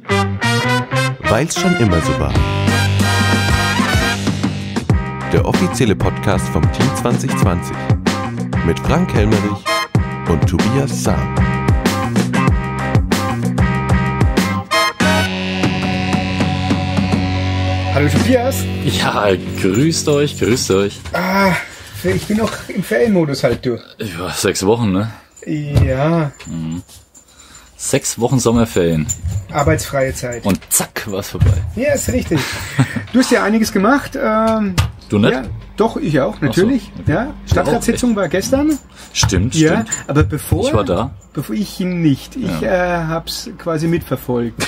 Weil's schon immer so war. Der offizielle Podcast vom Team 2020 mit Frank Helmerich und Tobias Sam. Hallo Tobias. Ja, grüßt euch. Ich bin noch im Ferienmodus halt durch. Ja, 6 Wochen, ne? Ja. 6 Wochen Sommerferien. Arbeitsfreie Zeit. Und zack, war's vorbei. Ja, ist richtig. Du hast ja einiges gemacht. Du nicht? Ja, doch, ich auch, natürlich. Ach so, okay. Ja, Stadtratssitzung war gestern. Stimmt. Ja, aber bevor... Ich war da. Bevor ich nicht. Ich hab's quasi mitverfolgt.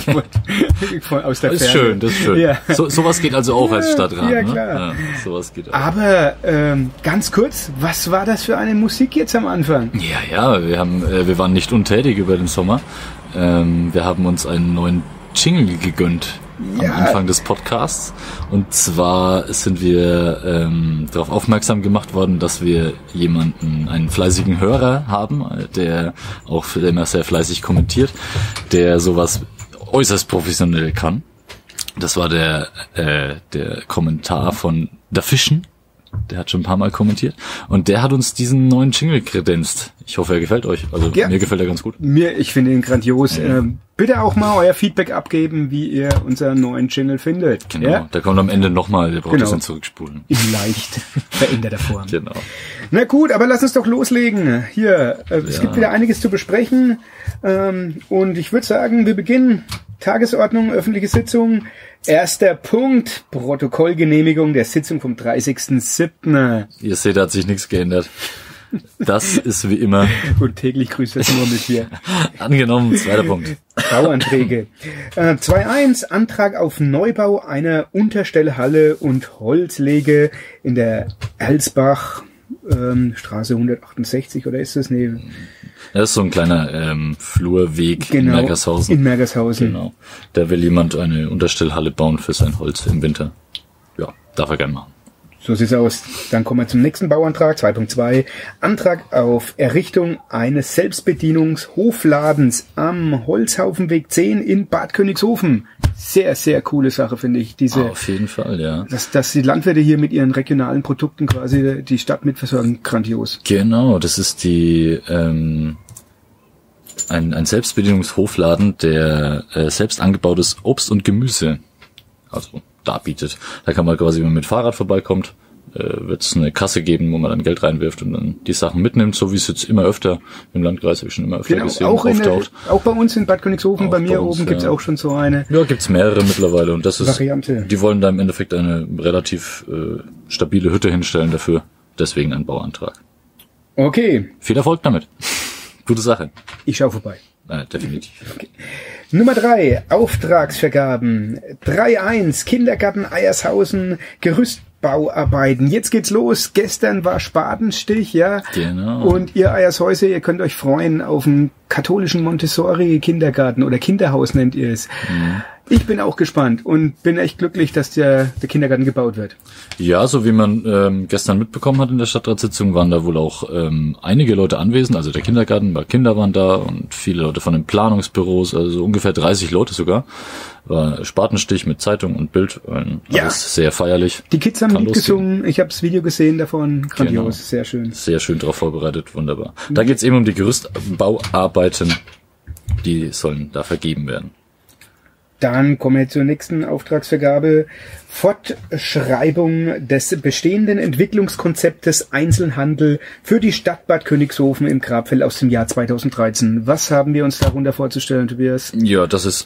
Aus der Das ist Ferne. schön, das ist schön. Ja. Sowas geht also auch als Stadtrat, ja, ne? klar. Ja, sowas geht auch. Aber ganz kurz, was war das für eine Musik jetzt am Anfang? Ja, wir waren nicht untätig über den Sommer. Wir haben uns einen neuen Jingle gegönnt am Anfang des Podcasts. Und zwar sind wir darauf aufmerksam gemacht worden, dass wir einen fleißigen Hörer haben, der auch immer sehr fleißig kommentiert, der sowas äußerst professionell kann. Das war der Kommentar von Der Fischen. Der hat schon ein paar Mal kommentiert. Und der hat uns diesen neuen Jingle kredenzt. Ich hoffe, er gefällt euch. Also mir gefällt er ganz gut. Ich finde ihn grandios. Bitte auch mal euer Feedback abgeben, wie ihr unseren neuen Jingle findet. Genau, ja? der kommt am Ende nochmal. Der braucht das dann zurückspulen. In leicht veränderter Form. Genau. Na gut, aber lass uns doch loslegen. Hier, es gibt wieder einiges zu besprechen. Und ich würde sagen, wir beginnen. Tagesordnung, öffentliche Sitzung. Erster Punkt, Protokollgenehmigung der Sitzung vom 30.07. Ihr seht, da hat sich nichts geändert. Das ist wie immer. Und täglich grüßt das Murmeltier. Angenommen, zweiter Punkt. Bauanträge. 2.1, Antrag auf Neubau einer Unterstellhalle und Holzlege in der Erlsbach, Straße 168, oder ist das? Nee. Das ist so ein kleiner Flurweg in Mergershausen. In Mergershausen. Genau. Da will jemand eine Unterstellhalle bauen für sein Holz im Winter. Ja, darf er gerne machen. So sieht's aus. Dann kommen wir zum nächsten Bauantrag, 2.2. Antrag auf Errichtung eines Selbstbedienungshofladens am Holzhaufenweg 10 in Bad Königshofen. Sehr, sehr coole Sache, finde ich. Auf jeden Fall, ja. Dass die Landwirte hier mit ihren regionalen Produkten quasi die Stadt mitversorgen, grandios. Genau, das ist ein Selbstbedienungshofladen, der selbst angebautes Obst und Gemüse darbietet. Da kann man quasi, wenn man mit Fahrrad vorbeikommt, wird es eine Kasse geben, wo man dann Geld reinwirft und dann die Sachen mitnimmt, so wie es jetzt immer öfter im Landkreis, habe ich schon immer öfter gesehen, auftaucht. Auch bei uns in Bad Königshofen, bei mir oben gibt's auch schon so eine. Ja, gibt's mehrere mittlerweile und das ist Variante. Die wollen da im Endeffekt eine relativ stabile Hütte hinstellen dafür, deswegen ein Bauantrag. Okay. Viel Erfolg damit. Gute Sache. Ich schau vorbei. Definitiv. Okay. Nummer 3, Auftragsvergaben. 3.1, Kindergarten Eiershausen, Gerüstbauarbeiten. Jetzt geht's los. Gestern war Spatenstich, ja. Genau. Und ihr Eiershäuser, ihr könnt euch freuen auf einen katholischen Montessori-Kindergarten oder Kinderhaus nennt ihr es. Mhm. Ich bin auch gespannt und bin echt glücklich, dass der Kindergarten gebaut wird. Ja, so wie man gestern mitbekommen hat in der Stadtratssitzung, waren da wohl auch einige Leute anwesend. Also der Kindergarten, Kinder waren da und viele Leute von den Planungsbüros, also ungefähr 30 Leute sogar. War Spatenstich mit Zeitung und Bild. Alles sehr feierlich. Die Kids haben mitgesungen. Ich habe das Video gesehen davon. Grandios, genau. Sehr schön. Sehr schön drauf vorbereitet, wunderbar. Da geht's eben um die Gerüstbauarbeiten. Die sollen da vergeben werden. Dann kommen wir zur nächsten Auftragsvergabe. Fortschreibung des bestehenden Entwicklungskonzeptes Einzelhandel für die Stadt Bad Königshofen im Grabfeld aus dem Jahr 2013. Was haben wir uns darunter vorzustellen, Tobias? Ja, das ist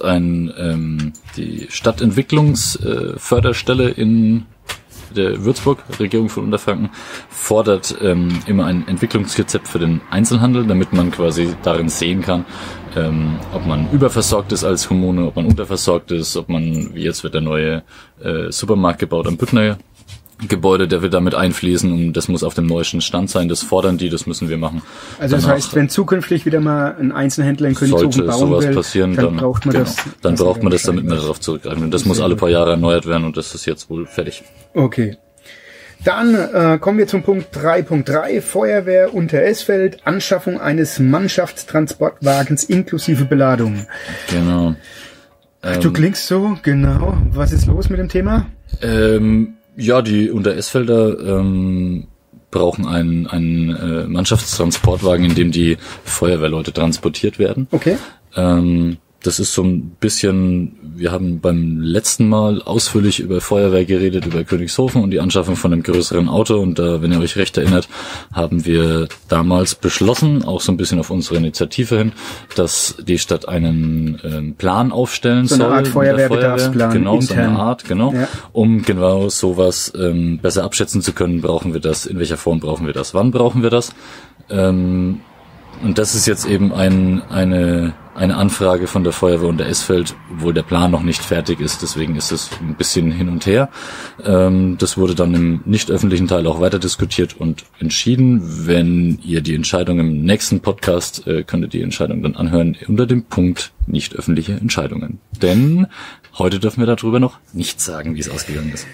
die Stadtentwicklungsförderstelle in der Würzburg, Regierung von Unterfranken, fordert immer ein Entwicklungskonzept für den Einzelhandel, damit man quasi darin sehen kann, ob man überversorgt ist als Kommune, ob man unterversorgt ist, ob man, wie jetzt wird der neue Supermarkt gebaut am Büttner Gebäude, der wird damit einfließen und das muss auf dem neuesten Stand sein, das fordern die, das müssen wir machen. Also das heißt, wenn zukünftig wieder mal ein Einzelhändler in Königshofen bauen sowas will, passieren, dann braucht man das. Dann braucht man das, damit man darauf zurückgreifen. Und das muss alle paar Jahre erneuert werden und das ist jetzt wohl fertig. Okay. Dann kommen wir zum Punkt 3.3, Feuerwehr Unteresfeld, Anschaffung eines Mannschaftstransportwagens inklusive Beladung. Genau. Du klingst so, genau. Was ist los mit dem Thema? Ja, die Unter-Esfelder brauchen einen Mannschaftstransportwagen, in dem die Feuerwehrleute transportiert werden. Okay. Das ist so ein bisschen, wir haben beim letzten Mal ausführlich über Feuerwehr geredet, über Königshofen und die Anschaffung von einem größeren Auto. Und da, wenn ihr euch recht erinnert, haben wir damals beschlossen, auch so ein bisschen auf unsere Initiative hin, dass die Stadt einen Plan aufstellen soll. So eine Art Feuerwehrbedarfsplan. Genau, intern. so eine Art, genau. Ja. Um genau sowas besser abschätzen zu können, brauchen wir das, in welcher Form brauchen wir das, wann brauchen wir das. Und das ist jetzt eben eine Anfrage von der Feuerwehr Unter-Esfeld, obwohl der Plan noch nicht fertig ist, deswegen ist es ein bisschen hin und her. Das wurde dann im nicht öffentlichen Teil auch weiter diskutiert und entschieden. Wenn ihr die Entscheidung im nächsten Podcast, könnt ihr die Entscheidung dann anhören unter dem Punkt nicht öffentliche Entscheidungen. Denn heute dürfen wir darüber noch nicht sagen, wie es ausgegangen ist.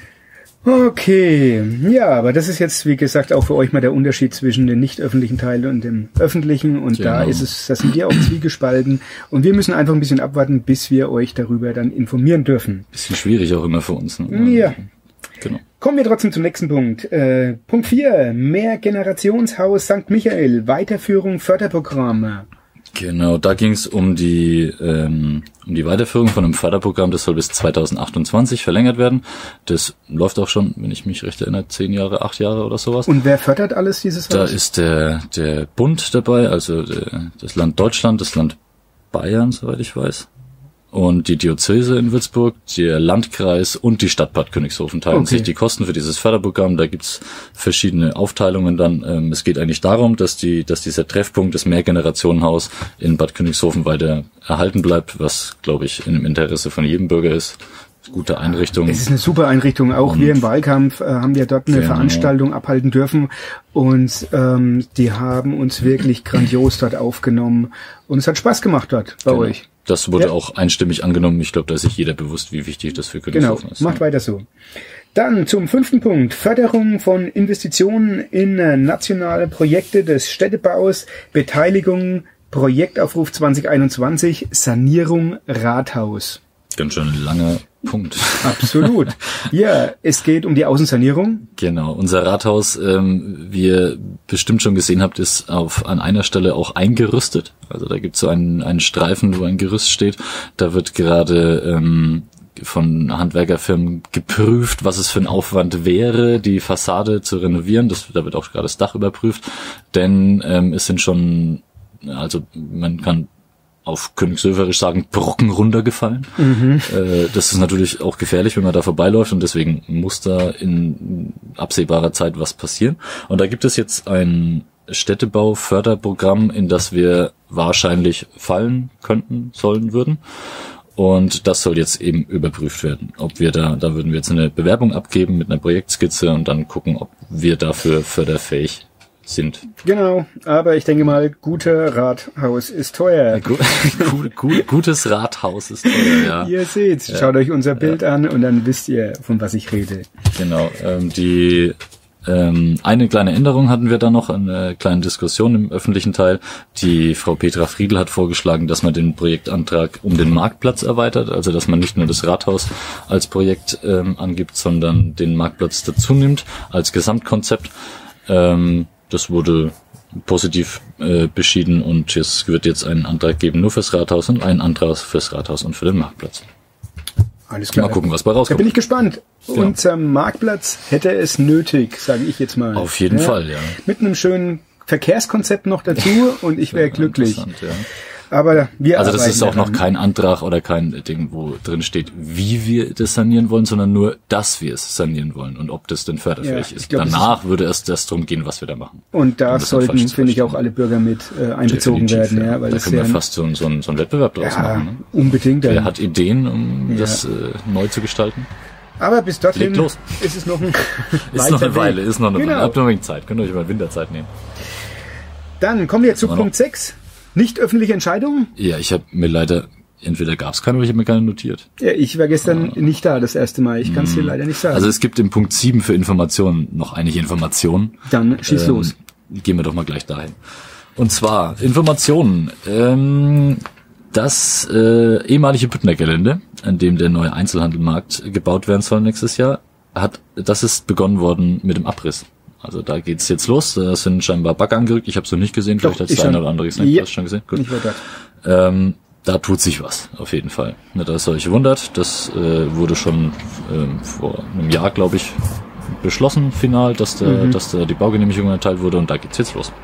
Okay, ja, aber das ist jetzt, wie gesagt, auch für euch mal der Unterschied zwischen dem nicht öffentlichen Teil und dem öffentlichen. Und genau. Da sind wir auch zwiegespalten. Und wir müssen einfach ein bisschen abwarten, bis wir euch darüber dann informieren dürfen. Bisschen schwierig auch immer für uns. Ne? Ja. Genau. Kommen wir trotzdem zum nächsten Punkt. Punkt 4, Mehrgenerationshaus St. Michael, Weiterführung Förderprogramme. Genau, da ging es um die Weiterführung von einem Förderprogramm, das soll bis 2028 verlängert werden. Das läuft auch schon, wenn ich mich recht erinnere, 10 Jahre, 8 Jahre oder sowas. Und wer fördert alles dieses Haus? Da ist der Bund dabei, also das Land Deutschland, das Land Bayern, soweit ich weiß. Und die Diözese in Würzburg, der Landkreis und die Stadt Bad Königshofen teilen sich die Kosten für dieses Förderprogramm. Da gibt's verschiedene Aufteilungen dann. Es geht eigentlich darum, dass dieser Treffpunkt, das Mehrgenerationenhaus in Bad Königshofen weiter erhalten bleibt, was, glaube ich, im Interesse von jedem Bürger ist. Gute Einrichtung. Es ist eine super Einrichtung. Auch wir im Wahlkampf haben wir dort eine Veranstaltung abhalten dürfen und die haben uns wirklich grandios dort aufgenommen und es hat Spaß gemacht dort bei euch. Das wurde auch einstimmig angenommen. Ich glaube, da ist sich jeder bewusst, wie wichtig das für Königshofen ist. Macht weiter so. Dann zum 5. Punkt. Förderung von Investitionen in nationale Projekte des Städtebaus, Beteiligung, Projektaufruf 2021, Sanierung Rathaus. Ganz schön ein langer Punkt. Absolut. Ja, es geht um die Außensanierung. Genau, unser Rathaus, wie ihr bestimmt schon gesehen habt, ist an einer Stelle auch eingerüstet. Also da gibt es so einen Streifen, wo ein Gerüst steht. Da wird gerade von Handwerkerfirmen geprüft, was es für ein Aufwand wäre, die Fassade zu renovieren. Da wird auch gerade das Dach überprüft. Denn es sind schon, also man kann auf Königshöferisch sagen, Brocken runtergefallen. Das ist natürlich auch gefährlich, wenn man da vorbeiläuft und deswegen muss da in absehbarer Zeit was passieren. Und da gibt es jetzt ein Städtebau-Förderprogramm, in das wir wahrscheinlich fallen könnten, sollen, würden. Und das soll jetzt eben überprüft werden. Ob wir da würden wir jetzt eine Bewerbung abgeben mit einer Projektskizze und dann gucken, ob wir dafür förderfähig sind. Genau, aber ich denke mal, guter Rathaus ist teuer. Gutes Rathaus ist teuer, ja. Ihr seht's, schaut euch unser Bild an und dann wisst ihr, von was ich rede. Genau, eine kleine Änderung hatten wir da noch, eine kleine Diskussion im öffentlichen Teil. Die Frau Petra Friedl hat vorgeschlagen, dass man den Projektantrag um den Marktplatz erweitert, also dass man nicht nur das Rathaus als Projekt angibt, sondern den Marktplatz dazu nimmt als Gesamtkonzept. Das wurde positiv beschieden und es wird jetzt einen Antrag geben nur fürs Rathaus und einen Antrag fürs Rathaus und für den Marktplatz. Alles klar. Mal gucken, was bei rauskommt. Da bin ich gespannt. Genau. Unser Marktplatz hätte es nötig, sage ich jetzt mal. Auf jeden Fall, ja. Mit einem schönen Verkehrskonzept noch dazu und ich wäre glücklich. Ja. Aber wir Also das ist auch noch kein Antrag oder kein Ding, wo drin steht, wie wir das sanieren wollen, sondern nur, dass wir es sanieren wollen und ob das denn förderfähig ist. Glaub, danach würde erst das darum gehen, was wir da machen. Und da sollten, finde ich, auch alle Bürger mit einbezogen werden. Ja, weil da können wir fast so einen Wettbewerb draus machen. Ne? Unbedingt. Wer hat Ideen, um das neu zu gestalten? Aber bis dorthin ist es noch ein ist noch eine Weile. Habt noch wenig Zeit. Könnt ihr euch mal Winterzeit nehmen. Dann kommen wir zu Punkt 6. Nicht öffentliche Entscheidungen? Ja, ich habe mir leider, entweder gab es keine oder ich habe mir keine notiert. Ja, ich war gestern nicht da das erste Mal. Ich kann es dir leider nicht sagen. Also es gibt im Punkt 7 für Informationen noch einige Informationen. Dann schieß los. Gehen wir doch mal gleich dahin. Und zwar Informationen. Das ehemalige Büttner Gelände, an dem der neue Einzelhandelmarkt gebaut werden soll nächstes Jahr, das ist begonnen worden mit dem Abriss. Also da geht's jetzt los. Da sind scheinbar Bagger angerückt. Ich habe es noch nicht gesehen. Vielleicht hat es der eine oder andere gesehen. Ja. Hast du schon gesehen? Gut. Ich war da. Da tut sich was, auf jeden Fall. Nicht, dass ihr euch wundert. Das wurde schon vor einem Jahr, glaube ich, beschlossen, final, dass da die Baugenehmigung erteilt wurde, und da geht's jetzt los.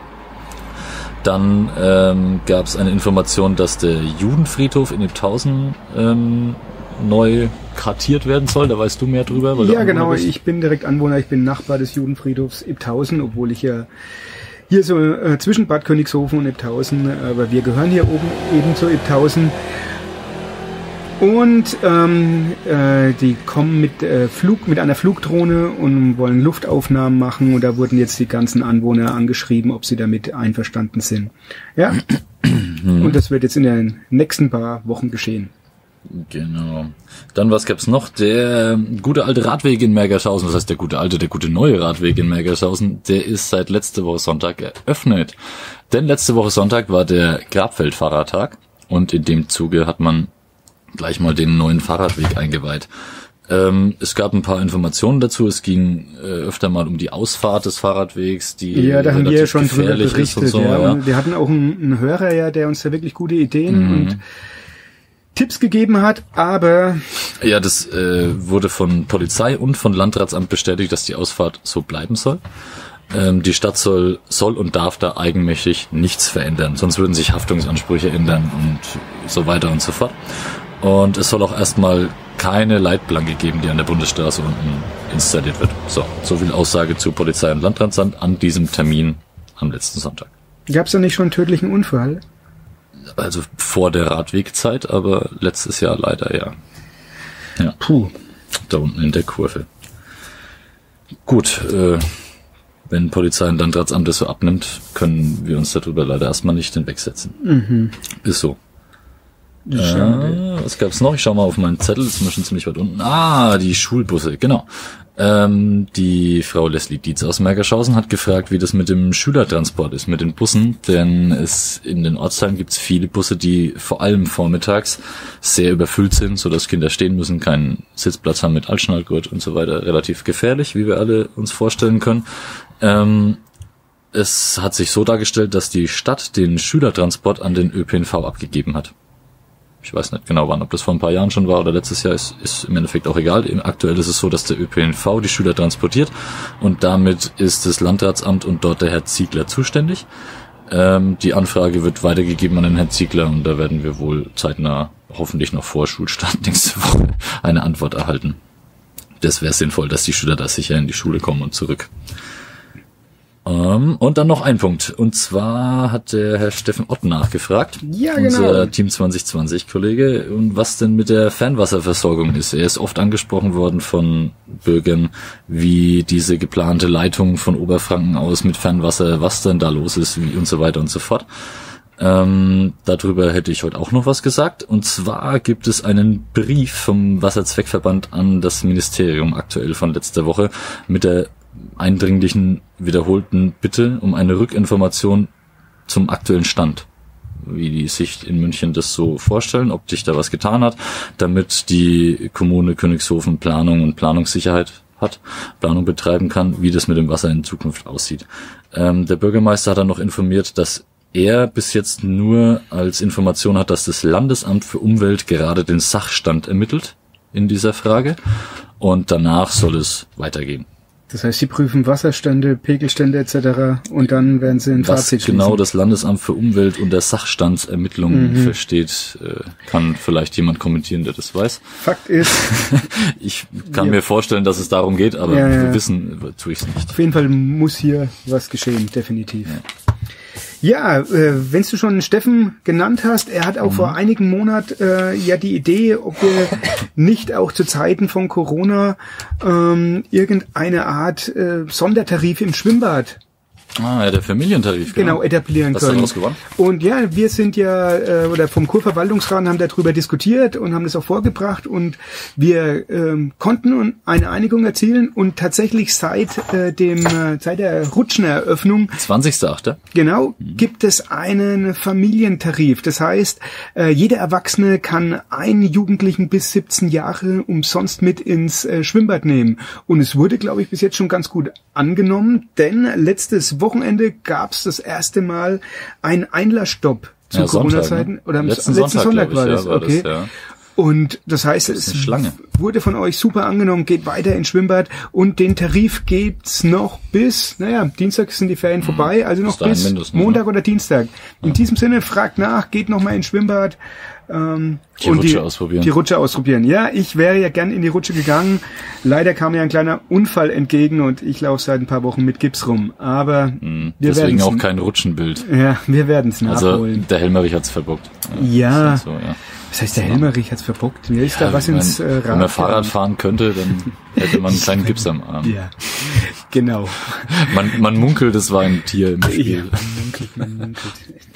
Dann gab es eine Information, dass der Judenfriedhof in Ipthausen neu kartiert werden soll. Da weißt du mehr drüber. Weil ja, genau. Ich bin direkt Anwohner. Ich bin Nachbar des Judenfriedhofs Ipthausen, obwohl ich ja hier so zwischen Bad Königshofen und Ipthausen, aber wir gehören hier oben eben zu Ipthausen. Und die kommen mit einer Flugdrohne und wollen Luftaufnahmen machen, und da wurden jetzt die ganzen Anwohner angeschrieben, ob sie damit einverstanden sind. Ja. Und das wird jetzt in den nächsten paar Wochen geschehen. Genau. Dann, was gab's noch? Der gute alte Radweg in Mergershausen, das heißt der gute neue Radweg in Mergershausen, der ist seit letzter Woche Sonntag eröffnet. Denn letzte Woche Sonntag war der Grabfeldfahrertag, und in dem Zuge hat man gleich mal den neuen Fahrradweg eingeweiht. Es gab ein paar Informationen dazu. Es ging öfter mal um die Ausfahrt des Fahrradwegs, die da haben wir ja schon drüber berichtet. Und so, ja. Und wir hatten auch einen Hörer, ja, der uns da wirklich gute Ideen und Tipps gegeben hat, aber... Ja, das wurde von Polizei und von Landratsamt bestätigt, dass die Ausfahrt so bleiben soll. Die Stadt soll und darf da eigenmächtig nichts verändern, sonst würden sich Haftungsansprüche ändern und so weiter und so fort. Und es soll auch erstmal keine Leitplanke geben, die an der Bundesstraße unten installiert wird. So viel Aussage zu Polizei und Landratsamt an diesem Termin am letzten Sonntag. Gab's da nicht schon einen tödlichen Unfall? Also vor der Radwegzeit, aber letztes Jahr leider, ja. Ja. Puh. Da unten in der Kurve. Gut, wenn Polizei und Landratsamt das so abnimmt, können wir uns darüber leider erstmal nicht hinwegsetzen. Ist so. Was gab's noch? Ich schau mal auf meinen Zettel, das ist mir schon ziemlich weit unten. Die Schulbusse, genau. Die Frau Leslie Dietz aus Mergershausen hat gefragt, wie das mit dem Schülertransport ist, mit den Bussen, denn in den Ortsteilen gibt's viele Busse, die vor allem vormittags sehr überfüllt sind, sodass Kinder stehen müssen, keinen Sitzplatz haben mit Altschnallgurt und so weiter. Relativ gefährlich, wie wir alle uns vorstellen können. Es hat sich so dargestellt, dass die Stadt den Schülertransport an den ÖPNV abgegeben hat. Ich weiß nicht genau wann, ob das vor ein paar Jahren schon war oder letztes Jahr, ist im Endeffekt auch egal. Aktuell ist es so, dass der ÖPNV die Schüler transportiert, und damit ist das Landratsamt und dort der Herr Ziegler zuständig. Die Anfrage wird weitergegeben an den Herrn Ziegler, und da werden wir wohl zeitnah, hoffentlich noch vor Schulstart nächste Woche, eine Antwort erhalten. Das wäre sinnvoll, dass die Schüler da sicher in die Schule kommen und zurück. Und dann noch ein Punkt. Und zwar hat der Herr Steffen Ott nachgefragt, ja, genau, unser Team 2020-Kollege, und was denn mit der Fernwasserversorgung ist. Er ist oft angesprochen worden von Bürgern, wie diese geplante Leitung von Oberfranken aus mit Fernwasser, was denn da los ist, wie und so weiter und so fort. Darüber hätte ich heute auch noch was gesagt. Und zwar gibt es einen Brief vom Wasserzweckverband an das Ministerium, aktuell von letzter Woche, mit der eindringlichen, wiederholten Bitte um eine Rückinformation zum aktuellen Stand, wie die sich in München das so vorstellen, ob sich da was getan hat, damit die Kommune Königshofen Planung und Planungssicherheit hat, Planung betreiben kann, wie das mit dem Wasser in Zukunft aussieht. Der Bürgermeister hat dann noch informiert, dass er bis jetzt nur als Information hat, dass das Landesamt für Umwelt gerade den Sachstand ermittelt in dieser Frage, und danach soll es weitergehen. Das heißt, sie prüfen Wasserstände, Pegelstände etc. und dann werden sie ein Fazit schließen. Was genau das Landesamt für Umwelt unter Sachstandsermittlungen versteht, kann vielleicht jemand kommentieren, der das weiß. Fakt ist... Ich kann mir vorstellen, dass es darum geht, aber wir wissen, tue ich es nicht. Auf jeden Fall muss hier was geschehen, definitiv. Ja, wenn du schon Steffen genannt hast, er hat auch vor einigen Monaten die Idee, ob wir nicht auch zu Zeiten von Corona irgendeine Art Sondertarif im Schwimmbad Ja, der Familientarif. Genau, etablieren können. können. Hast du rausgebracht? Und ja, wir sind ja, oder vom Kurverwaltungsrat haben darüber diskutiert und haben das auch vorgebracht und wir konnten eine Einigung erzielen und tatsächlich seit der Rutscheneröffnung 20.8. Genau, gibt es einen Familientarif. Das heißt, jeder Erwachsene kann einen Jugendlichen bis 17 Jahre umsonst mit ins Schwimmbad nehmen. Und es wurde, glaube ich, bis jetzt schon ganz gut angenommen, denn letztes Wochenende gab es das erste Mal einen Einlassstopp zu Corona-Zeiten. Ne? Oder am letzten Sonntag war das. Okay. Das, ja. Und das heißt, es wurde von euch super angenommen, geht weiter ins Schwimmbad und den Tarif gibt's noch bis, Dienstag sind die Ferien vorbei, also noch bis Montag oder Dienstag. In diesem Sinne, fragt nach, geht noch mal ins Schwimmbad die Rutsche ausprobieren. Ja, ich wäre ja gern in die Rutsche gegangen. Leider kam mir ein kleiner Unfall entgegen und ich laufe seit ein paar Wochen mit Gips rum. Aber wir deswegen auch kein Rutschenbild. Ja, wir werden es nachholen. Also der Helmerich hat's verbockt. Ja. So, ja. Was heißt, der Helmerich hat's verbockt? Mir ist da was ins Rad. Wenn man Fahrrad fahren könnte, dann hätte man einen kleinen Gips am Arm. Ja, genau. Man munkelt, es war ein Tier im Spiel. Ja, man munkelt.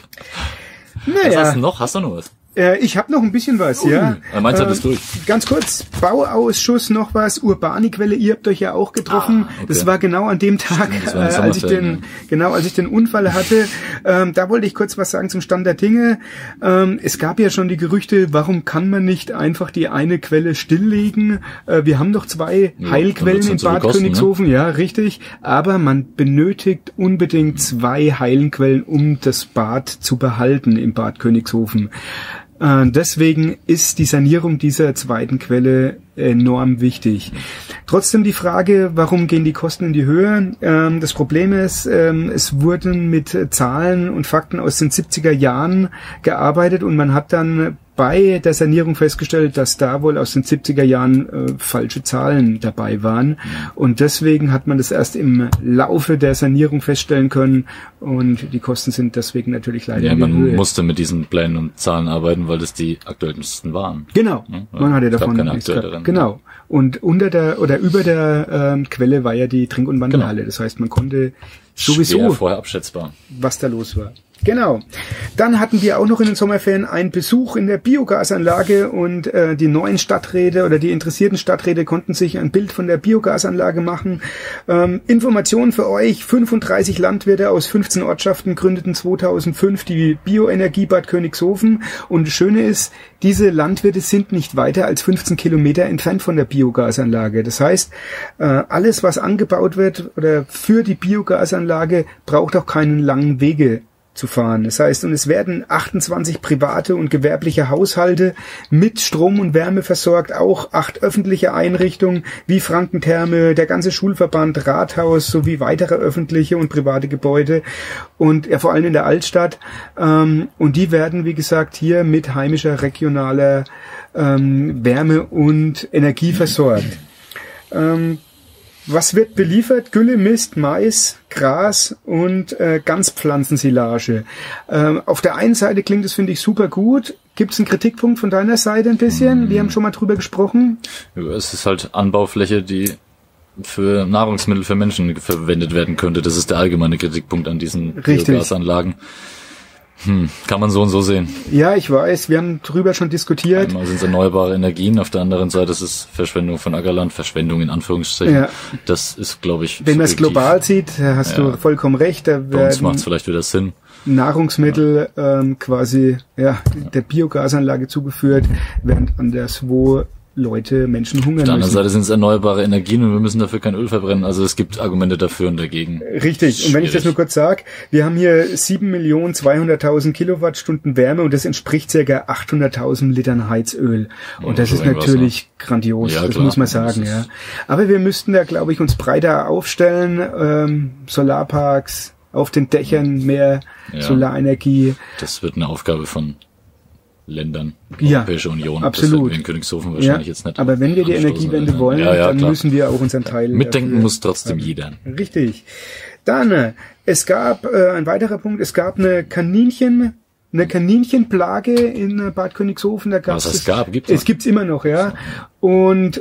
Naja. Was hast du noch? Hast du noch was? Ich habe noch ein bisschen was, ja. Meine Zeit ist durch. Ganz kurz, Bauausschuss noch was, Urbani-Quelle, ihr habt euch ja auch getroffen. Okay. Das war genau an dem Tag, als ich den Unfall hatte. Da wollte ich kurz was sagen zum Stand der Dinge. Es gab ja schon die Gerüchte, warum kann man nicht einfach die eine Quelle stilllegen? Wir haben doch 2 Heilquellen in Bad Königshofen, ne? Ja, richtig. Aber man benötigt unbedingt 2 Heilquellen, um das Bad zu behalten im Bad Königshofen. Deswegen ist die Sanierung dieser zweiten Quelle enorm wichtig. Trotzdem die Frage, warum gehen die Kosten in die Höhe? Das Problem ist, es wurden mit Zahlen und Fakten aus den 70er Jahren gearbeitet und man hat dann bei der Sanierung festgestellt, dass da wohl aus den 70er Jahren falsche Zahlen dabei waren. Und deswegen hat man das erst im Laufe der Sanierung feststellen können und die Kosten sind deswegen natürlich leider in der Höhe. Man musste mit diesen Plänen und Zahlen arbeiten, weil das die aktuellsten waren. Genau, man hatte davon keine aktuelleren. Genau. Und unter der oder über der Quelle war ja die Trink- und Wandelhalle. Genau. Das heißt, man konnte sowieso schwer vorher abschätzbar, was da los war. Genau. Dann hatten wir auch noch in den Sommerferien einen Besuch in der Biogasanlage und die neuen Stadträte oder die interessierten Stadträte konnten sich ein Bild von der Biogasanlage machen. Informationen für euch, 35 Landwirte aus 15 Ortschaften gründeten 2005 die Bioenergie Bad Königshofen und das Schöne ist, diese Landwirte sind nicht weiter als 15 Kilometer entfernt von der Biogasanlage. Das heißt, alles was angebaut wird oder für die Biogasanlage braucht auch keinen langen Wege zu fahren. Das heißt, und es werden 28 private und gewerbliche Haushalte mit Strom und Wärme versorgt, auch 8 öffentliche Einrichtungen wie Frankentherme, der ganze Schulverband, Rathaus sowie weitere öffentliche und private Gebäude und ja vor allem in der Altstadt. Und die werden, wie gesagt, hier mit heimischer, regionaler Wärme und Energie versorgt. Was wird beliefert? Gülle, Mist, Mais, Gras und Ganzpflanzensilage. Auf der einen Seite klingt es, finde ich, super gut. Gibt es einen Kritikpunkt von deiner Seite ein bisschen? Wir haben schon mal drüber gesprochen. Es ist halt Anbaufläche, die für Nahrungsmittel für Menschen verwendet werden könnte. Das ist der allgemeine Kritikpunkt an diesen Biogasanlagen. Kann man so und so sehen. Ja, ich weiß, wir haben drüber schon diskutiert. Einmal sind es erneuerbare Energien, auf der anderen Seite ist es Verschwendung von Ackerland, Verschwendung in Anführungszeichen. Ja. Das ist, glaube ich, wenn man es global sieht, hast du vollkommen recht. Da bei uns macht es vielleicht wieder Sinn. Nahrungsmittel quasi der Biogasanlage zugeführt, während anderswo Menschen hungern müssen. Auf der anderen Seite sind es erneuerbare Energien und wir müssen dafür kein Öl verbrennen. Also es gibt Argumente dafür und dagegen. Richtig. Und wenn ich das nur kurz sage, wir haben hier 7.200.000 Kilowattstunden Wärme und das entspricht ca. 800.000 Litern Heizöl. Und das ist natürlich grandios. Ja, das muss man sagen, ja. Aber wir müssten da, glaube ich, uns breiter aufstellen. Solarparks auf den Dächern, mehr Solarenergie. Das wird eine Aufgabe von Ländern, Europäische Union. Absolut. Das in Königshofen wahrscheinlich jetzt nicht. Aber wenn wir die Energiewende wollen, dann müssen wir auch unseren Teil mitdenken muss trotzdem jeder. Richtig. Dann, es gab ein weiterer Punkt, es gab eine Kaninchenplage in Bad Königshofen. Da gab's es gibt's immer noch, ja. Und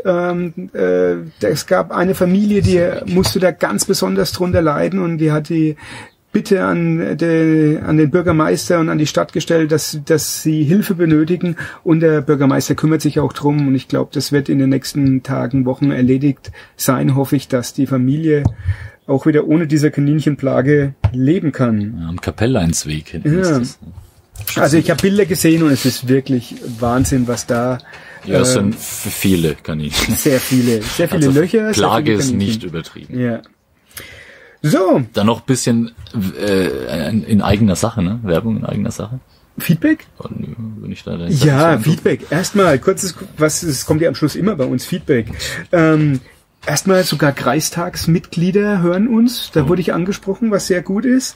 es gab eine Familie, die musste da ganz besonders drunter leiden und die hat die Bitte an den Bürgermeister und an die Stadt gestellt, dass sie Hilfe benötigen, und der Bürgermeister kümmert sich auch drum, und ich glaube, das wird in den nächsten Tagen, Wochen erledigt sein, hoffe ich, dass die Familie auch wieder ohne diese Kaninchenplage leben kann. Ja, am Kapelleinsweg hinten Ja. ist das. Also ich habe Bilder gesehen und es ist wirklich Wahnsinn, was da... Ja, es sind viele Kaninchen. Sehr viele Also Löcher. sehr Plage viele ist Kaninchen. nicht übertrieben. Ja. So, Dann noch ein bisschen in eigener Sache, ne? Werbung in eigener Sache. Feedback? Und, wenn ich da Ja, Feedback. Erstmal, kurzes, es kommt ja am Schluss immer bei uns, Feedback. Erstmal sogar Kreistagsmitglieder hören uns. Da wurde ich angesprochen, was sehr gut ist.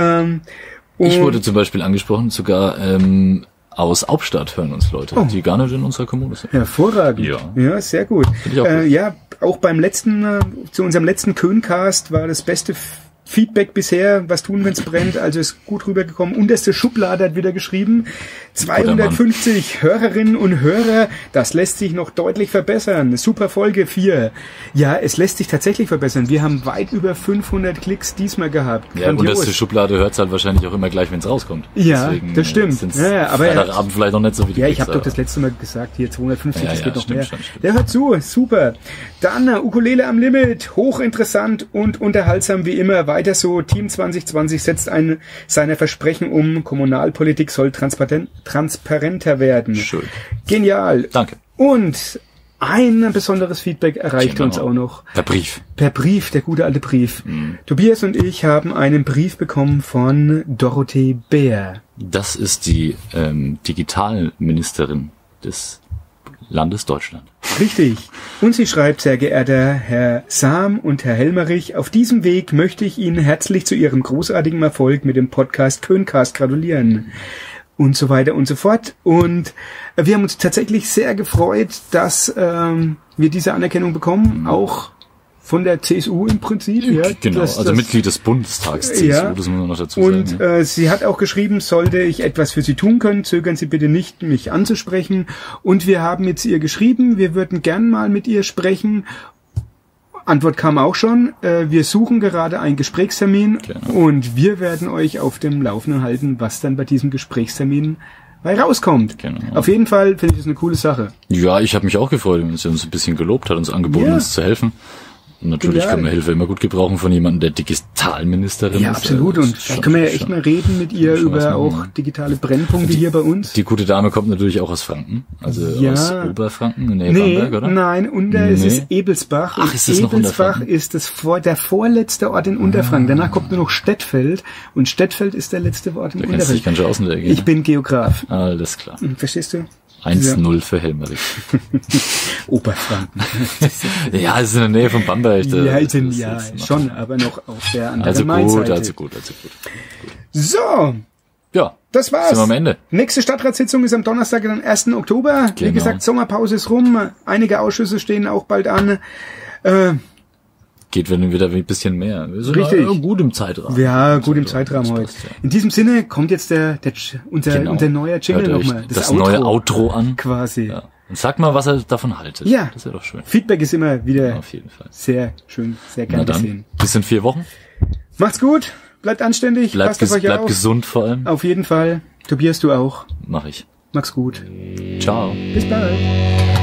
Ich wurde zum Beispiel angesprochen, sogar aus Hauptstadt hören uns Leute, die gar nicht in unserer Kommune sind. Hervorragend. Ja, sehr gut. Finde ich auch gut. Ja, auch beim zu unserem letzten Köncast war das beste Feedback bisher, was tun, wenn's brennt, also ist gut rübergekommen. Unterste Schublade hat wieder geschrieben, 250 Hörerinnen und Hörer, das lässt sich noch deutlich verbessern. Super Folge 4. Ja, es lässt sich tatsächlich verbessern. Wir haben weit über 500 Klicks diesmal gehabt. Ja, unterste Schublade hört's halt wahrscheinlich auch immer gleich, wenn's rauskommt. Ja, deswegen, das stimmt. Ja, aber Freitagabend vielleicht noch nicht so wie die Ja, Klicks, ich habe doch aber- das letzte Mal gesagt, hier 250, das geht noch stimmt, mehr. stimmt. Der hört zu, super. Dann Ukulele am Limit, hochinteressant und unterhaltsam wie immer. Weiter so, Team 2020 setzt seine Versprechen um. Kommunalpolitik soll transparenter werden. Schön. Genial. Danke. Und ein besonderes Feedback erreicht uns auch noch. Per Brief. Per Brief, der gute alte Brief. Tobias und ich haben einen Brief bekommen von Dorothee Bär. Das ist die Digitalministerin des Landes Deutschland. Richtig. Und sie schreibt, sehr geehrter Herr Sam und Herr Helmerich, auf diesem Weg möchte ich Ihnen herzlich zu Ihrem großartigen Erfolg mit dem Podcast Köncast gratulieren. Und so weiter und so fort. Und wir haben uns tatsächlich sehr gefreut, dass wir diese Anerkennung bekommen, auch von der CSU im Prinzip. Ja, Genau, also Mitglied des Bundestags CSU, Ja. das muss man noch dazu Und sagen. Ja. sie hat auch geschrieben, sollte ich etwas für Sie tun können, zögern Sie bitte nicht, mich anzusprechen. Und wir haben jetzt ihr geschrieben, wir würden gern mal mit ihr sprechen. Antwort kam auch schon. Wir suchen gerade einen Gesprächstermin und wir werden euch auf dem Laufenden halten, was dann bei diesem Gesprächstermin bei rauskommt. Genau. Auf jeden Fall finde ich das eine coole Sache. Ja, ich habe mich auch gefreut, wenn sie uns ein bisschen gelobt hat, uns angeboten, Ja. uns zu helfen. Und natürlich Genial. kann man Hilfe immer gut gebrauchen von jemandem, der Digitalministerin Ja, ist. absolut. Das Und ist da schon- können wir ja echt schon- mal reden mit ihr schon was über machen. auch digitale Brennpunkte hier bei uns. Die gute Dame kommt natürlich auch aus Franken, also Ja. aus Oberfranken, in der Nee, Bamberg, oder? nein, es Nee. ist Ebelsbach. Ach, Und ist es noch Ebelsbach Unterfranken? ist der vorletzte Ort in Unterfranken. Danach kommt nur noch Stettfeld. Und Stettfeld ist der letzte Ort in Da kennst du dich Unterfranken. ganz schön aus in der Ecke. Ich bin Geograf. Alles klar. Verstehst du? 1-0 für Helmerich. Oberfranken. Ja, es ist in der Nähe von Bamberg. da- ja, das ist ja, jetzt noch- schon, aber noch auf der anderen Also gut, Mainseite. also gut. So, Ja, das war's. sind wir am Ende. Nächste Stadtratssitzung ist am Donnerstag, den 1. Oktober. Wie Genau. gesagt, Sommerpause ist rum. Einige Ausschüsse stehen auch bald an. Geht wenn wieder ein bisschen mehr. Wir sind Richtig. gut im Zeitrahmen. Ja, gut im Zeitrahmen Das heute. passt, ja. In diesem Sinne kommt jetzt unser neuer Jingle Hört euch nochmal. das neue Outro an. Quasi. Ja. Und sagt mal, was er davon haltet. Ja. Das wäre doch schön. Feedback ist immer wieder Auf jeden Fall. sehr schön, sehr Na gern dann, gesehen. bis in 4 Wochen. Macht's gut, bleibt anständig, passt auf euch Bleibt auf. gesund vor allem. Auf jeden Fall. Tobias, du auch. Mach ich. Mach's gut. Ciao. Bis bald.